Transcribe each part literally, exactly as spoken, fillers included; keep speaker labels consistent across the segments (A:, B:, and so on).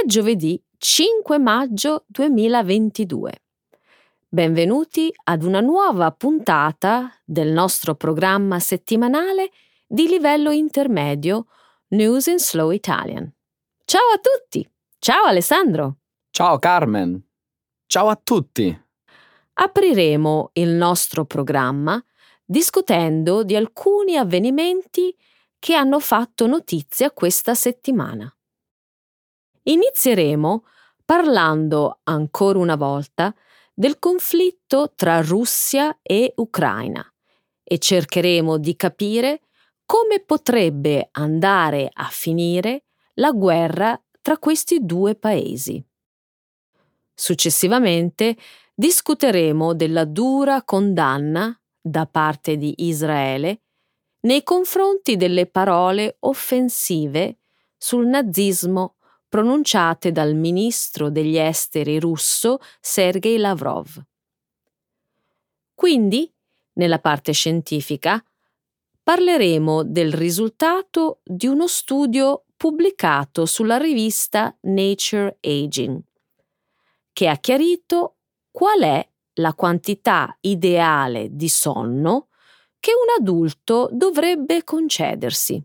A: giovedì cinque maggio duemilaventidue. Benvenuti ad una nuova puntata del nostro programma settimanale di livello intermedio News in Slow Italian. Ciao a tutti! Ciao Alessandro!
B: Ciao Carmen! Ciao a tutti!
A: Apriremo il nostro programma discutendo di alcuni avvenimenti che hanno fatto notizia questa settimana. Inizieremo parlando ancora una volta del conflitto tra Russia e Ucraina e cercheremo di capire come potrebbe andare a finire la guerra tra questi due paesi. Successivamente discuteremo della dura condanna da parte di Israele nei confronti delle parole offensive sul nazismo pronunciate dal ministro degli esteri russo Sergei Lavrov. Quindi, nella parte scientifica, parleremo del risultato di uno studio pubblicato sulla rivista Nature Aging, che ha chiarito qual è la quantità ideale di sonno che un adulto dovrebbe concedersi.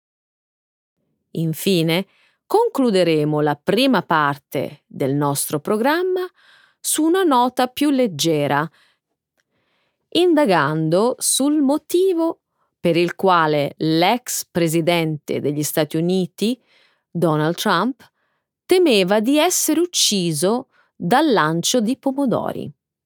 A: Infine, concluderemo la prima parte del nostro programma su una nota più leggera, indagando sul motivo per il quale l'ex presidente degli Stati Uniti, Donald Trump, temeva di essere ucciso dal lancio di pomodori.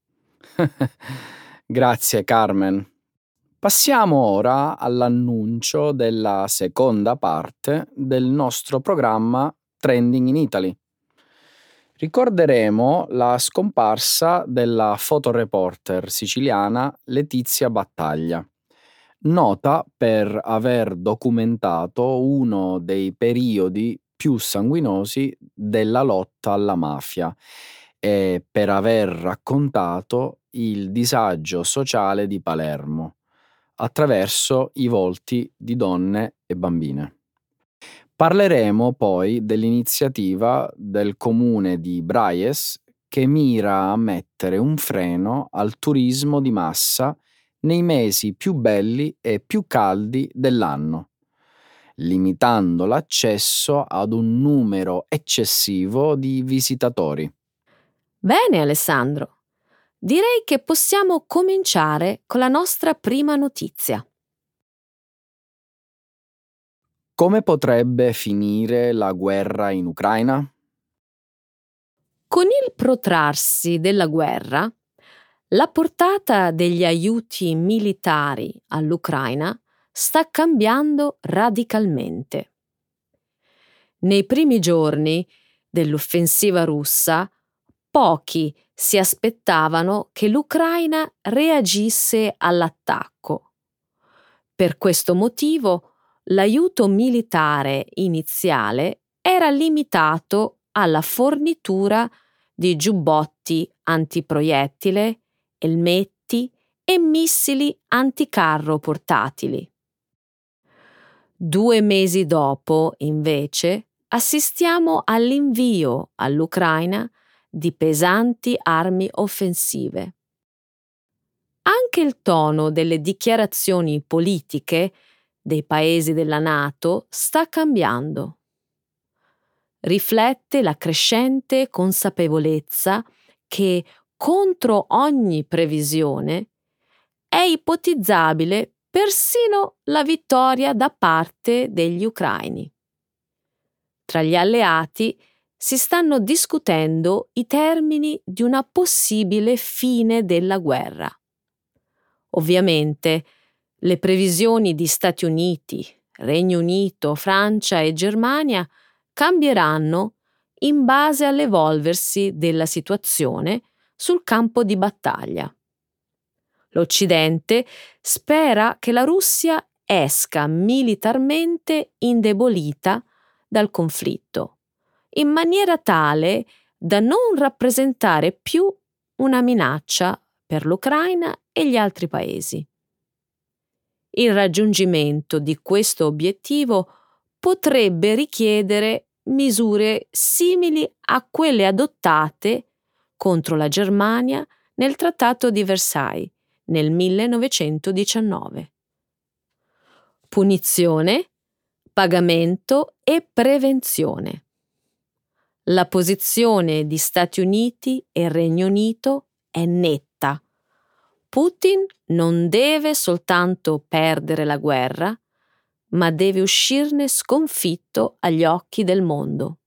B: Grazie Carmen. Passiamo ora all'annuncio della seconda parte del nostro programma Trending in Italy. Ricorderemo la scomparsa della fotoreporter siciliana Letizia Battaglia, nota per aver documentato uno dei periodi più sanguinosi della lotta alla mafia e per aver raccontato il disagio sociale di Palermo attraverso i volti di donne e bambine. Parleremo poi dell'iniziativa del comune di Braies che mira a mettere un freno al turismo di massa nei mesi più belli e più caldi dell'anno, limitando l'accesso ad un numero eccessivo di visitatori.
A: Bene, Alessandro. Direi che possiamo cominciare con la nostra prima notizia.
B: Come potrebbe finire la guerra in Ucraina?
A: Con il protrarsi della guerra, la portata degli aiuti militari all'Ucraina sta cambiando radicalmente. Nei primi giorni dell'offensiva russa, pochi si aspettavano che l'Ucraina reagisse all'attacco. Per questo motivo, l'aiuto militare iniziale era limitato alla fornitura di giubbotti antiproiettile, elmetti e missili anticarro portatili. Due mesi dopo, invece, assistiamo all'invio all'Ucraina di pesanti armi offensive. Anche il tono delle dichiarazioni politiche dei paesi della NATO sta cambiando. Riflette la crescente consapevolezza che, contro ogni previsione, è ipotizzabile persino la vittoria da parte degli ucraini. Tra gli alleati si stanno discutendo i termini di una possibile fine della guerra. Ovviamente, le previsioni di Stati Uniti, Regno Unito, Francia e Germania cambieranno in base all'evolversi della situazione sul campo di battaglia. L'Occidente spera che la Russia esca militarmente indebolita dal conflitto, in maniera tale da non rappresentare più una minaccia per l'Ucraina e gli altri paesi. Il raggiungimento di questo obiettivo potrebbe richiedere misure simili a quelle adottate contro la Germania nel Trattato di Versailles nel millenovecentodiciannove. Punizione, pagamento e prevenzione. La posizione di Stati Uniti e Regno Unito è netta. Putin non deve soltanto perdere la guerra, ma deve uscirne sconfitto agli occhi del mondo.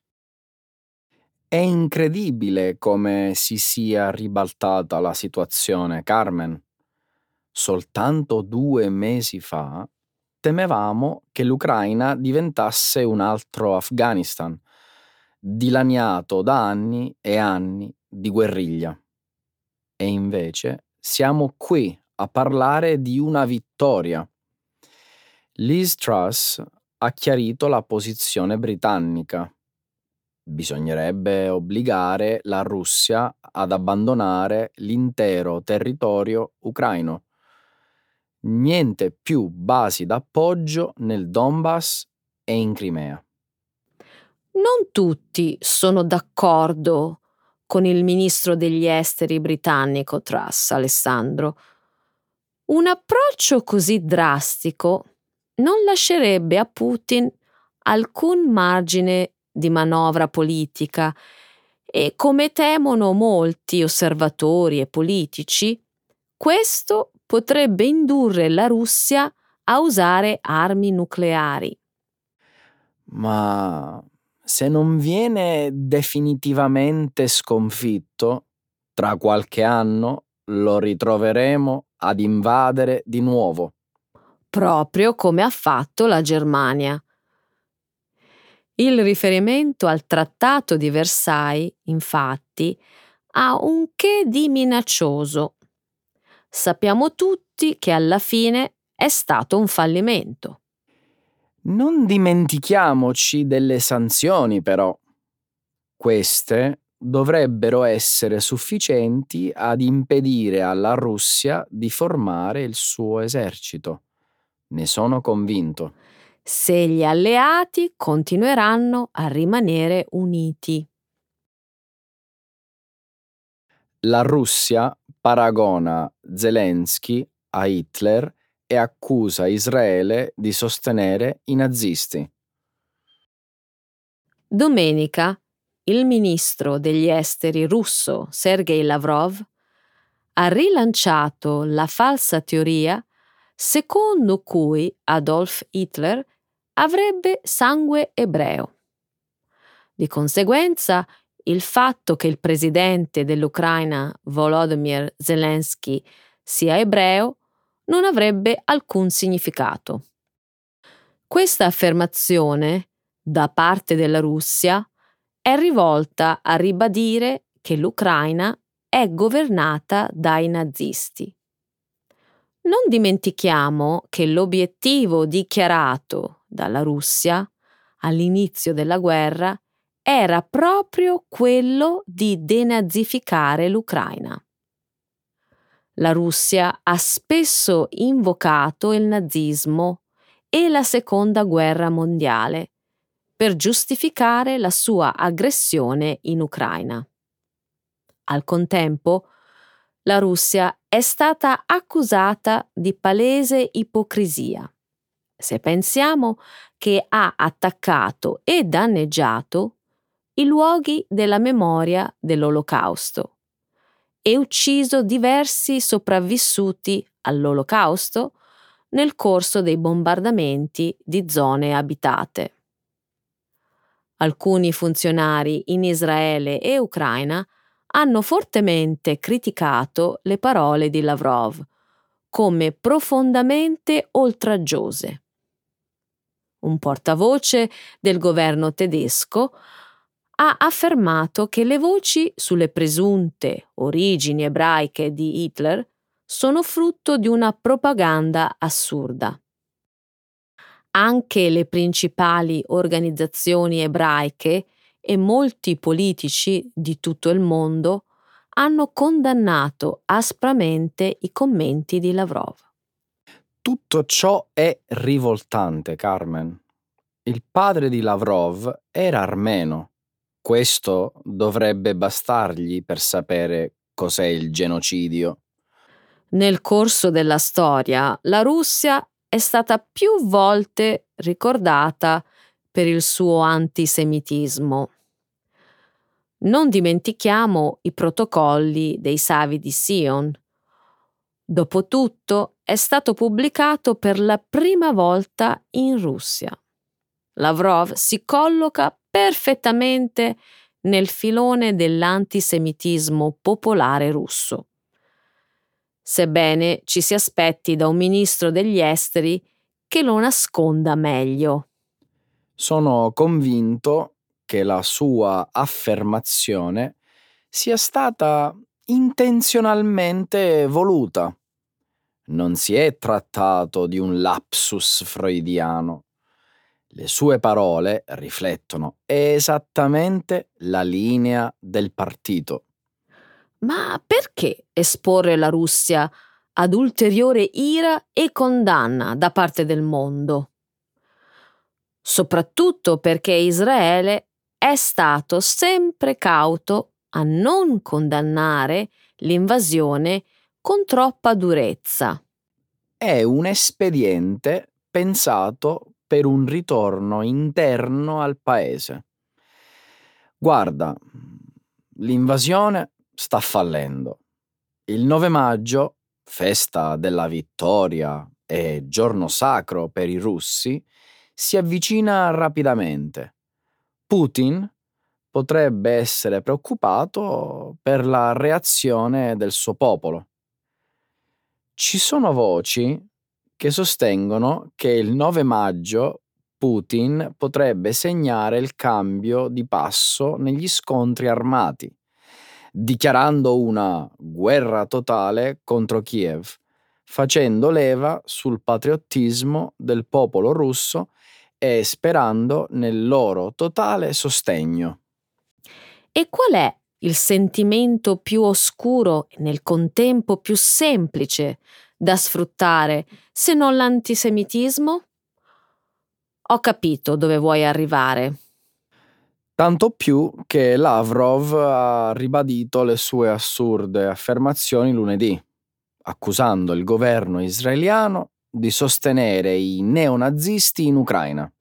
B: È incredibile come si sia ribaltata la situazione, Carmen. Soltanto due mesi fa temevamo che l'Ucraina diventasse un altro Afghanistan, dilaniato da anni e anni di guerriglia. E invece siamo qui a parlare di una vittoria. Liz Truss ha chiarito la posizione britannica. Bisognerebbe obbligare la Russia ad abbandonare l'intero territorio ucraino. Niente più basi d'appoggio nel Donbass e in Crimea.
A: Non tutti sono d'accordo con il ministro degli esteri britannico Truss, Alessandro. Un approccio così drastico non lascerebbe a Putin alcun margine di manovra politica e, come temono molti osservatori e politici, questo potrebbe indurre la Russia a usare armi nucleari.
B: Ma se non viene definitivamente sconfitto, tra qualche anno lo ritroveremo ad invadere di nuovo.
A: Proprio come ha fatto la Germania. Il riferimento al Trattato di Versailles, infatti, ha un che di minaccioso. Sappiamo tutti che alla fine è stato un fallimento.
B: Non dimentichiamoci delle sanzioni, però. Queste dovrebbero essere sufficienti ad impedire alla Russia di formare il suo esercito. Ne sono convinto.
A: Se gli alleati continueranno a rimanere uniti.
B: La Russia paragona Zelensky a Hitler e accusa Israele di sostenere i nazisti.
A: Domenica, il ministro degli esteri russo Sergei Lavrov ha rilanciato la falsa teoria secondo cui Adolf Hitler avrebbe sangue ebreo. Di conseguenza, il fatto che il presidente dell'Ucraina Volodymyr Zelensky sia ebreo non avrebbe alcun significato. Questa affermazione, da parte della Russia, è rivolta a ribadire che l'Ucraina è governata dai nazisti. Non dimentichiamo che l'obiettivo dichiarato dalla Russia all'inizio della guerra era proprio quello di denazificare l'Ucraina. La Russia ha spesso invocato il nazismo e la Seconda Guerra Mondiale per giustificare la sua aggressione in Ucraina. Al contempo, la Russia è stata accusata di palese ipocrisia, se pensiamo che ha attaccato e danneggiato i luoghi della memoria dell'Olocausto e ucciso diversi sopravvissuti all'Olocausto nel corso dei bombardamenti di zone abitate. Alcuni funzionari in Israele e Ucraina hanno fortemente criticato le parole di Lavrov come profondamente oltraggiose. Un portavoce del governo tedesco ha affermato che le voci sulle presunte origini ebraiche di Hitler sono frutto di una propaganda assurda. Anche le principali organizzazioni ebraiche e molti politici di tutto il mondo hanno condannato aspramente i commenti di Lavrov.
B: Tutto ciò è rivoltante, Carmen. Il padre di Lavrov era armeno. Questo dovrebbe bastargli per sapere cos'è il genocidio.
A: Nel corso della storia, la Russia è stata più volte ricordata per il suo antisemitismo. Non dimentichiamo i protocolli dei Savi di Sion. Dopotutto è stato pubblicato per la prima volta in Russia. Lavrov si colloca perfettamente nel filone dell'antisemitismo popolare russo, sebbene ci si aspetti da un ministro degli esteri che lo nasconda meglio.
B: Sono convinto che la sua affermazione sia stata intenzionalmente voluta. Non si è trattato di un lapsus freudiano. Le sue parole riflettono esattamente la linea del partito.
A: Ma perché esporre la Russia ad ulteriore ira e condanna da parte del mondo? Soprattutto perché Israele è stato sempre cauto a non condannare l'invasione con troppa durezza.
B: È un espediente pensato per un ritorno interno al paese. Guarda, l'invasione sta fallendo. Il nove maggio, festa della vittoria e giorno sacro per i russi, si avvicina rapidamente. Putin potrebbe essere preoccupato per la reazione del suo popolo. Ci sono voci che sostengono che il nove maggio Putin potrebbe segnare il cambio di passo negli scontri armati, dichiarando una guerra totale contro Kiev, facendo leva sul patriottismo del popolo russo e sperando nel loro totale sostegno.
A: E qual è il sentimento più oscuro e nel contempo più semplice da sfruttare se non l'antisemitismo? Ho capito dove vuoi arrivare.
B: Tanto più che Lavrov ha ribadito le sue assurde affermazioni lunedì, accusando il governo israeliano di sostenere i neonazisti in Ucraina.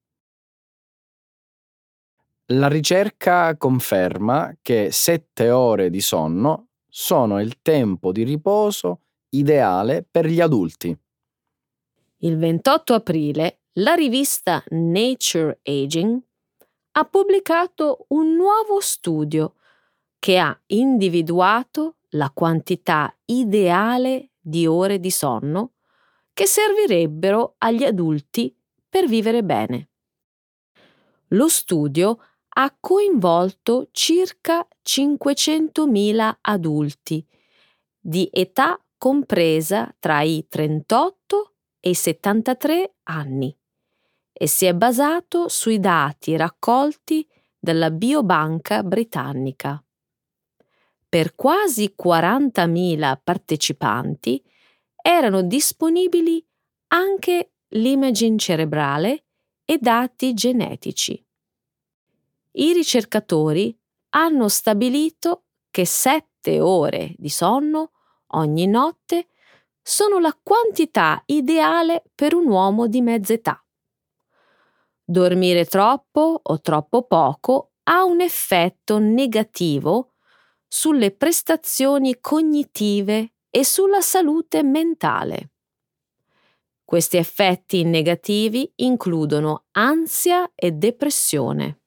B: La ricerca conferma che sette ore di sonno sono il tempo di riposo ideale per gli adulti.
A: Il ventotto aprile la rivista Nature Aging ha pubblicato un nuovo studio che ha individuato la quantità ideale di ore di sonno che servirebbero agli adulti per vivere bene. Lo studio ha coinvolto circa cinquecentomila adulti di età compresa tra i trentotto e i settantatré anni e si è basato sui dati raccolti dalla Biobanca britannica. Per quasi quarantamila partecipanti erano disponibili anche l'imaging cerebrale e dati genetici. I ricercatori hanno stabilito che sette ore di sonno ogni notte sono la quantità ideale per un uomo di mezza età. Dormire troppo o troppo poco ha un effetto negativo sulle prestazioni cognitive e sulla salute mentale. Questi effetti negativi includono ansia e depressione.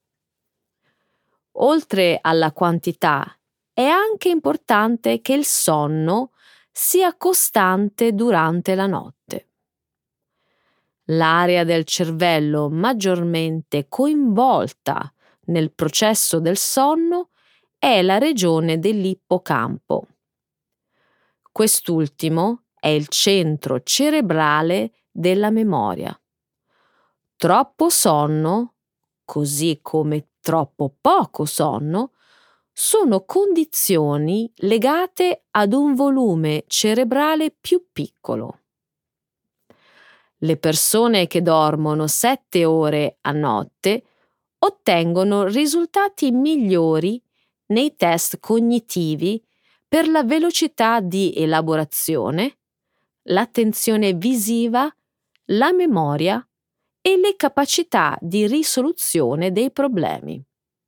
A: Oltre alla quantità, è anche importante che il sonno sia costante durante la notte. L'area del cervello maggiormente coinvolta nel processo del sonno è la regione dell'ippocampo. Quest'ultimo è il centro cerebrale della memoria. Troppo sonno, così come troppo poco sonno, sono condizioni legate ad un volume cerebrale più piccolo. Le persone che dormono sette ore a notte ottengono risultati migliori nei test cognitivi per la velocità di elaborazione, l'attenzione visiva, la memoria e le capacità di risoluzione dei problemi.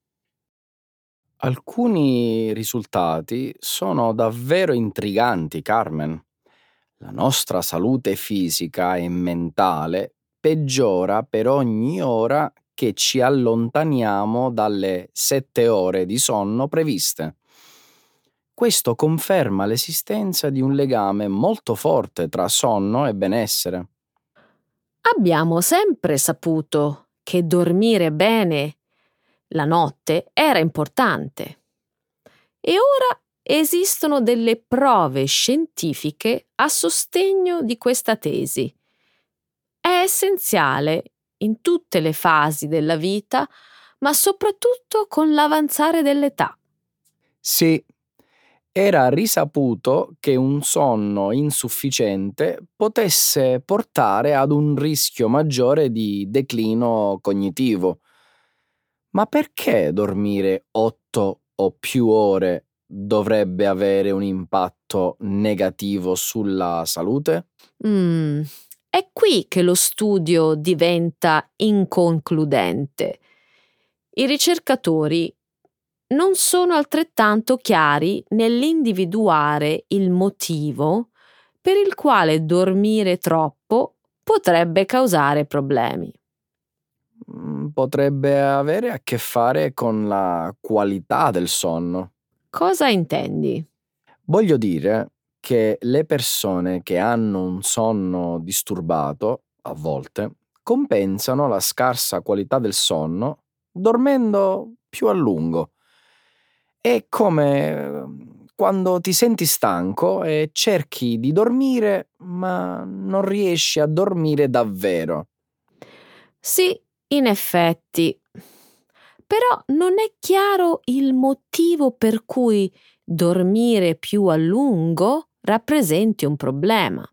B: Alcuni risultati sono davvero intriganti, Carmen. La nostra salute fisica e mentale peggiora per ogni ora che ci allontaniamo dalle sette ore di sonno previste. Questo conferma l'esistenza di un legame molto forte tra sonno e benessere.
A: Abbiamo sempre saputo che dormire bene la notte era importante e ora esistono delle prove scientifiche a sostegno di questa tesi. È essenziale in tutte le fasi della vita, ma soprattutto con l'avanzare dell'età.
B: Sì, era risaputo che un sonno insufficiente potesse portare ad un rischio maggiore di declino cognitivo. Ma perché dormire otto o più ore dovrebbe avere un impatto negativo sulla salute?
A: Mm, è qui che lo studio diventa inconcludente. I ricercatori non sono altrettanto chiari nell'individuare il motivo per il quale dormire troppo potrebbe causare problemi.
B: Mm, Potrebbe avere a che fare con la qualità del sonno.
A: Cosa intendi?
B: Voglio dire che le persone che hanno un sonno disturbato, a volte, compensano la scarsa qualità del sonno dormendo più a lungo. È come ehm, quando ti senti stanco e cerchi di dormire, ma non riesci a dormire davvero.
A: Sì, in effetti. Però non è chiaro il motivo per cui dormire più a lungo rappresenti un problema.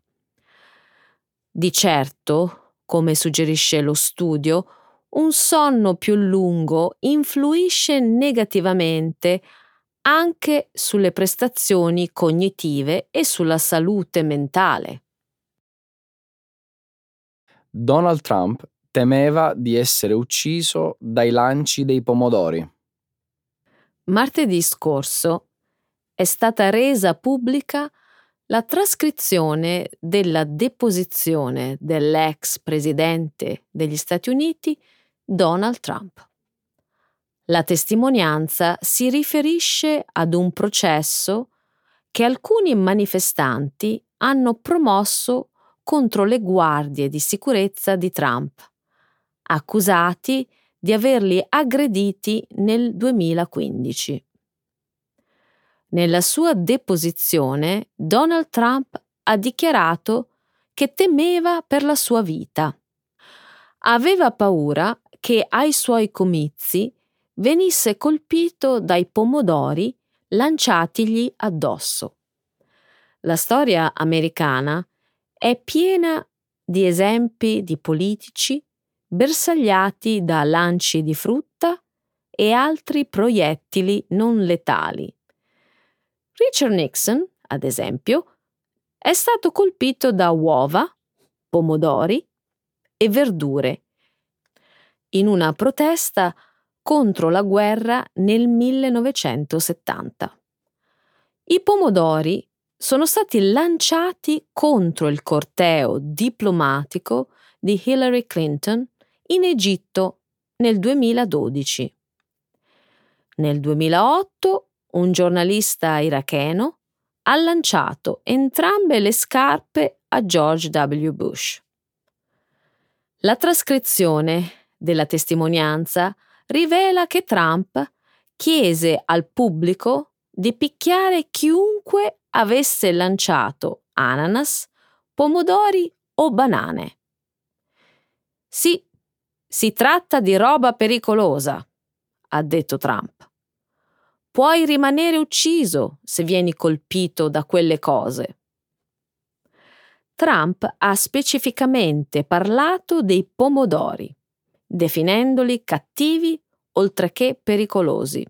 A: Di certo, come suggerisce lo studio, un sonno più lungo influisce negativamente anche sulle prestazioni cognitive e sulla salute mentale.
B: Donald Trump temeva di essere ucciso dai lanci dei pomodori.
A: Martedì scorso è stata resa pubblica la trascrizione della deposizione dell'ex presidente degli Stati Uniti Donald Trump. La testimonianza si riferisce ad un processo che alcuni manifestanti hanno promosso contro le guardie di sicurezza di Trump, accusati di averli aggrediti nel duemilaquindici. Nella sua deposizione, Donald Trump ha dichiarato che temeva per la sua vita. Aveva paura che ai suoi comizi venisse colpito dai pomodori lanciatigli addosso. La storia americana è piena di esempi di politici bersagliati da lanci di frutta e altri proiettili non letali. Richard Nixon, ad esempio, è stato colpito da uova, pomodori e verdure in una protesta contro la guerra nel millenovecentosettanta. I pomodori sono stati lanciati contro il corteo diplomatico di Hillary Clinton in Egitto nel duemiladodici. Nel duemilaotto un giornalista iracheno ha lanciato entrambe le scarpe a George W. Bush. La trascrizione della testimonianza rivela che Trump chiese al pubblico di picchiare chiunque avesse lanciato ananas, pomodori o banane. Sì, si tratta di roba pericolosa, ha detto Trump. Puoi rimanere ucciso se vieni colpito da quelle cose. Trump ha specificamente parlato dei pomodori, definendoli cattivi oltre che pericolosi.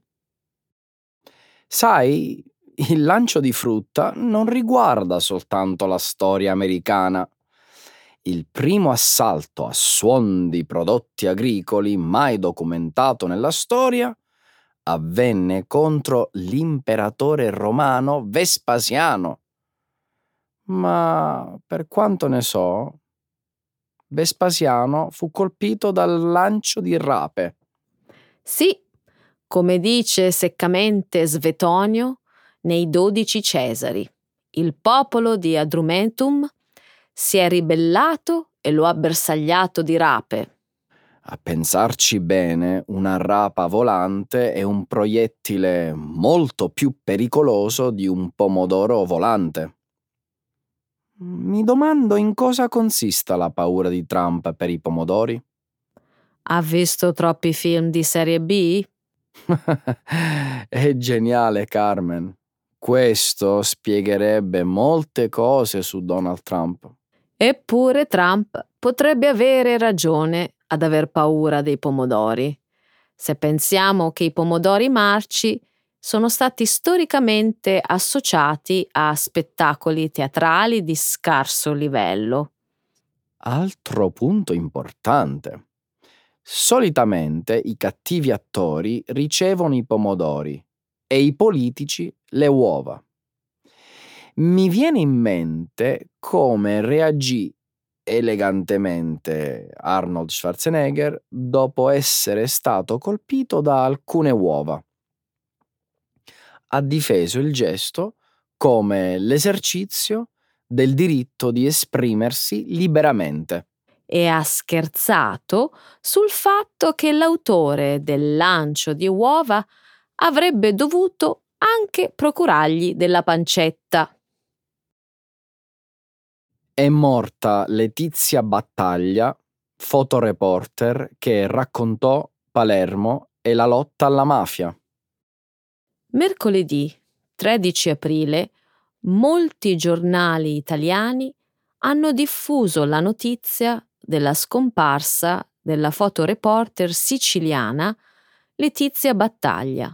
B: Sai, il lancio di frutta non riguarda soltanto la storia americana. Il primo assalto a suon di prodotti agricoli mai documentato nella storia avvenne contro l'imperatore romano Vespasiano. Ma per quanto ne so, Vespasiano fu colpito dal lancio di rape.
A: Sì, come dice seccamente Svetonio nei Dodici Cesari, il popolo di Adrumetum si è ribellato e lo ha bersagliato di rape.
B: A pensarci bene, una rapa volante è un proiettile molto più pericoloso di un pomodoro volante. Mi domando in cosa consista la paura di Trump per i pomodori.
A: Ha visto troppi film di serie B?
B: È geniale, Carmen. Questo spiegherebbe molte cose su Donald Trump.
A: Eppure Trump potrebbe avere ragione ad aver paura dei pomodori. Se pensiamo che i pomodori marci sono stati storicamente associati a spettacoli teatrali di scarso livello.
B: Altro punto importante. Solitamente i cattivi attori ricevono i pomodori e i politici le uova. Mi viene in mente come reagì elegantemente Arnold Schwarzenegger dopo essere stato colpito da alcune uova. Ha difeso il gesto come l'esercizio del diritto di esprimersi liberamente.
A: E ha scherzato sul fatto che l'autore del lancio di uova avrebbe dovuto anche procurargli della pancetta.
B: È morta Letizia Battaglia, fotoreporter che raccontò Palermo e la lotta alla mafia.
A: Mercoledì tredici aprile molti giornali italiani hanno diffuso la notizia della scomparsa della fotoreporter siciliana Letizia Battaglia,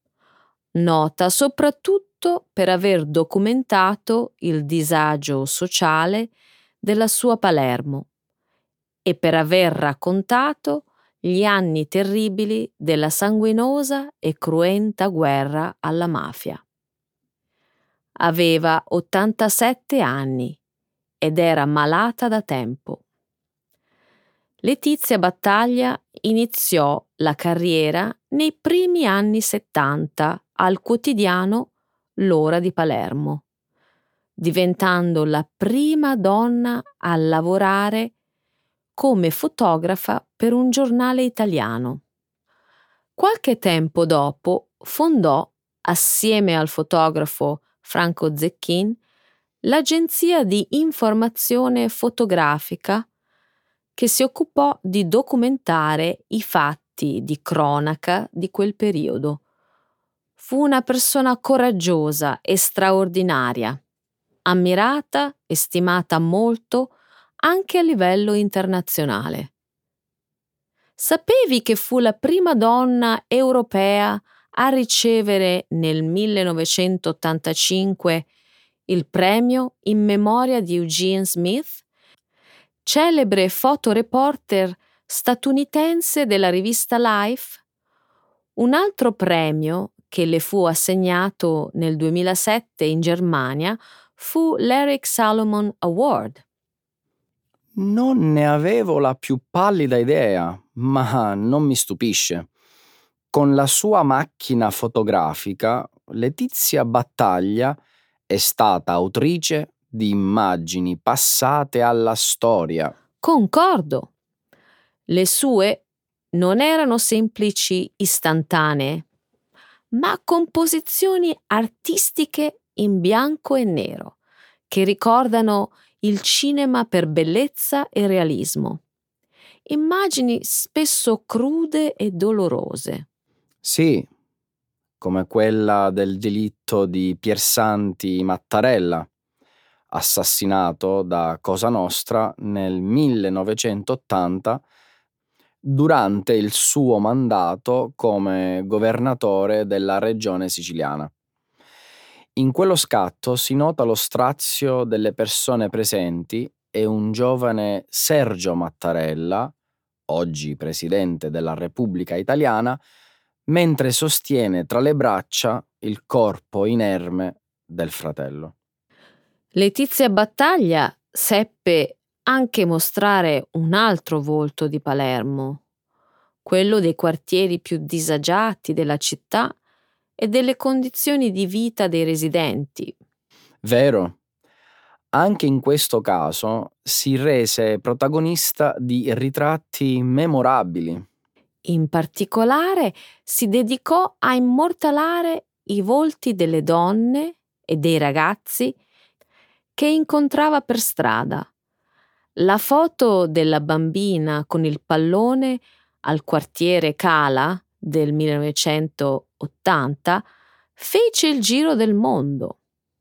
A: nota soprattutto per aver documentato il disagio sociale della sua Palermo e per aver raccontato gli anni terribili della sanguinosa e cruenta guerra alla mafia. Aveva ottantasette anni ed era malata da tempo. Letizia Battaglia iniziò la carriera nei primi anni settanta al quotidiano L'Ora di Palermo, diventando la prima donna a lavorare come fotografa per un giornale italiano. Qualche tempo dopo fondò, assieme al fotografo Franco Zecchin, l'agenzia di informazione fotografica che si occupò di documentare i fatti di cronaca di quel periodo. Fu una persona coraggiosa e straordinaria, ammirata e stimata molto anche a livello internazionale. Sapevi che fu la prima donna europea a ricevere nel millenovecentottantacinque il premio in memoria di Eugene Smith, celebre fotoreporter statunitense della rivista Life? Un altro premio che le fu assegnato nel duemilasette in Germania fu l'Eric Salomon Award.
B: Non ne avevo la più pallida idea, ma non mi stupisce. Con la sua macchina fotografica, Letizia Battaglia è stata autrice di immagini passate alla storia.
A: Concordo. Le sue non erano semplici istantanee, ma composizioni artistiche in bianco e nero, che ricordano il cinema per bellezza e realismo. Immagini spesso crude e dolorose.
B: Sì, come quella del delitto di Piersanti Mattarella, assassinato da Cosa Nostra nel millenovecentottanta durante il suo mandato come governatore della regione siciliana. In quello scatto si nota lo strazio delle persone presenti e un giovane Sergio Mattarella, oggi presidente della Repubblica Italiana, mentre sostiene tra le braccia il corpo inerme del fratello.
A: Letizia Battaglia seppe anche mostrare un altro volto di Palermo, quello dei quartieri più disagiati della città e delle condizioni di vita dei residenti.
B: Vero? Anche in questo caso si rese protagonista di ritratti memorabili.
A: In particolare si dedicò a immortalare i volti delle donne e dei ragazzi che incontrava per strada. La foto della bambina con il pallone al quartiere Cala del millenovecentottanta fece il giro del mondo.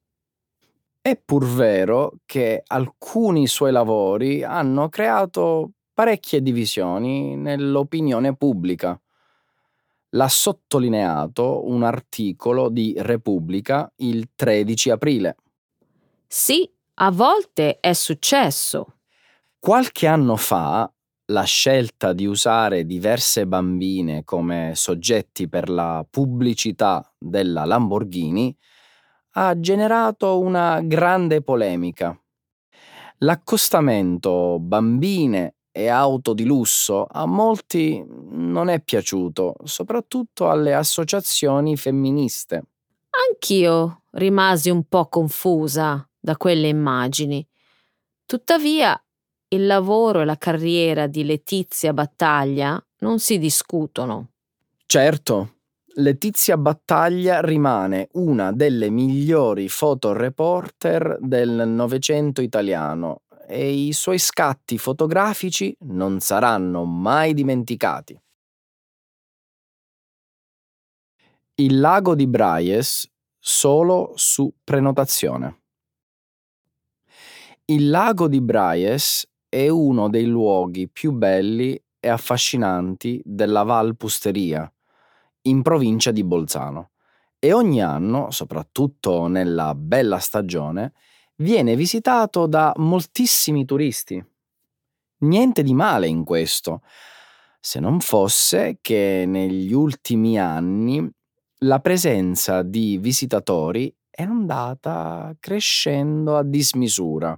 B: È pur vero che alcuni suoi lavori hanno creato parecchie divisioni nell'opinione pubblica. L'ha sottolineato un articolo di Repubblica il tredici aprile.
A: Sì, a volte è successo.
B: Qualche anno fa la scelta di usare diverse bambine come soggetti per la pubblicità della Lamborghini ha generato una grande polemica. L'accostamento bambine e auto di lusso a molti non è piaciuto, soprattutto alle associazioni femministe.
A: Anch'io rimasi un po' confusa da quelle immagini. Tuttavia, il lavoro e la carriera di Letizia Battaglia non si discutono.
B: Certo, Letizia Battaglia rimane una delle migliori fotoreporter del Novecento italiano e i suoi scatti fotografici non saranno mai dimenticati. Il lago di Braies solo su prenotazione. Il lago di Braies è uno dei luoghi più belli e affascinanti della Val Pusteria, in provincia di Bolzano, e ogni anno, soprattutto nella bella stagione, viene visitato da moltissimi turisti. Niente di male in questo, se non fosse che negli ultimi anni la presenza di visitatori è andata crescendo a dismisura,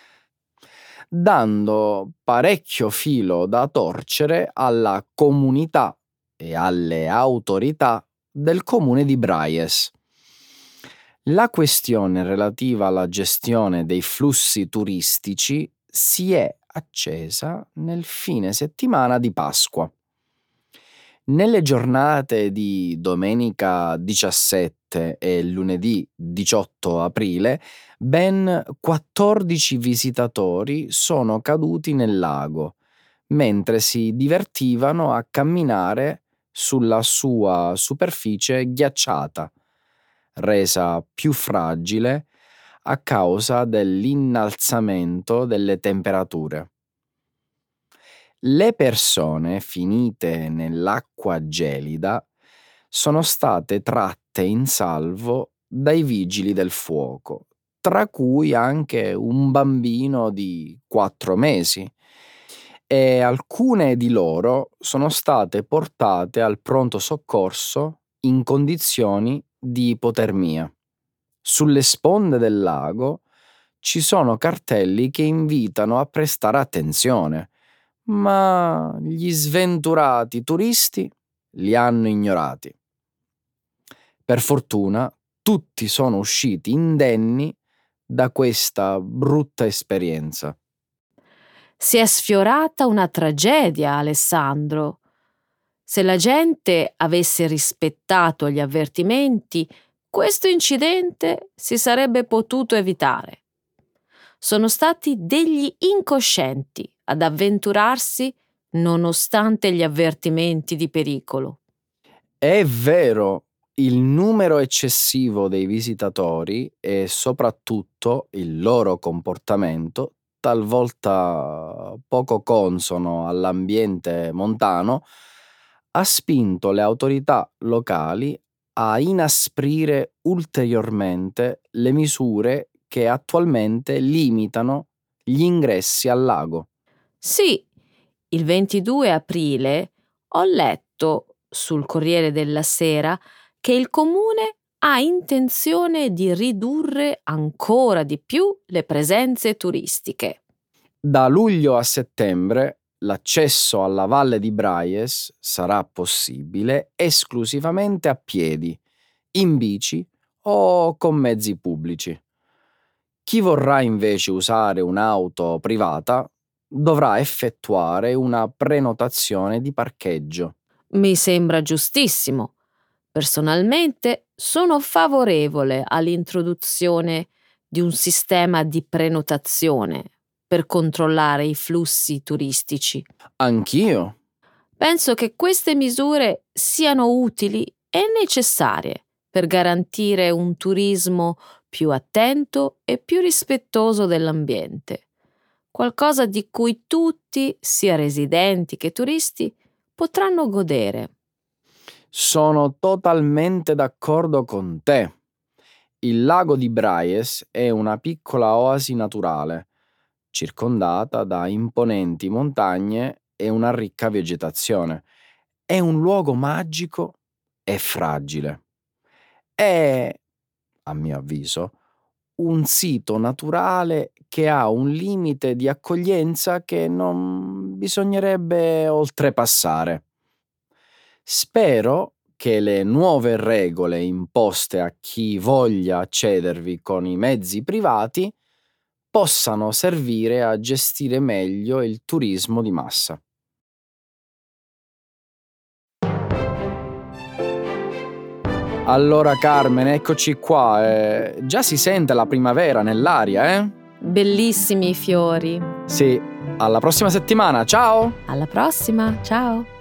B: dando parecchio filo da torcere alla comunità e alle autorità del comune di Braies. La questione relativa alla gestione dei flussi turistici si è accesa nel fine settimana di Pasqua. Nelle giornate di domenica diciassette e lunedì diciotto aprile, ben quattordici visitatori sono caduti nel lago, mentre si divertivano a camminare sulla sua superficie ghiacciata, resa più fragile a causa dell'innalzamento delle temperature. Le persone finite nell'acqua gelida sono state tratte in salvo dai vigili del fuoco, tra cui anche un bambino di quattro mesi, e alcune di loro sono state portate al pronto soccorso in condizioni di ipotermia. Sulle sponde del lago ci sono cartelli che invitano a prestare attenzione, ma gli sventurati turisti li hanno ignorati. Per fortuna, tutti sono usciti indenni da questa brutta esperienza.
A: Si è sfiorata una tragedia, Alessandro. Se la gente avesse rispettato gli avvertimenti, questo incidente si sarebbe potuto evitare. Sono stati degli incoscienti ad avventurarsi nonostante gli avvertimenti di pericolo.
B: È vero, Il numero eccessivo dei visitatori e soprattutto il loro comportamento, talvolta poco consono all'ambiente montano, ha spinto le autorità locali a inasprire ulteriormente le misure che attualmente limitano gli ingressi al lago.
A: Sì, il ventidue aprile ho letto sul Corriere della Sera che il comune ha intenzione di ridurre ancora di più le presenze turistiche.
B: Da luglio a settembre l'accesso alla Valle di Braies sarà possibile esclusivamente a piedi, in bici o con mezzi pubblici. Chi vorrà invece usare un'auto privata dovrà effettuare una prenotazione di parcheggio.
A: Mi sembra giustissimo. Personalmente sono favorevole all'introduzione di un sistema di prenotazione per controllare i flussi turistici.
B: Anch'io.
A: Penso che queste misure siano utili e necessarie per garantire un turismo più attento e più rispettoso dell'ambiente, qualcosa di cui tutti, sia residenti che turisti, potranno godere.
B: Sono totalmente d'accordo con te. Il lago di Braies è una piccola oasi naturale, circondata da imponenti montagne e una ricca vegetazione. È un luogo magico e fragile. È, a mio avviso, un sito naturale che ha un limite di accoglienza che non bisognerebbe oltrepassare. Spero che le nuove regole imposte a chi voglia accedervi con i mezzi privati possano servire a gestire meglio il turismo di massa. Allora Carmen, eccoci qua. eh, già si sente la primavera nell'aria, eh?
A: Bellissimi i fiori.
B: Sì, alla prossima settimana, ciao!
A: Alla prossima, ciao!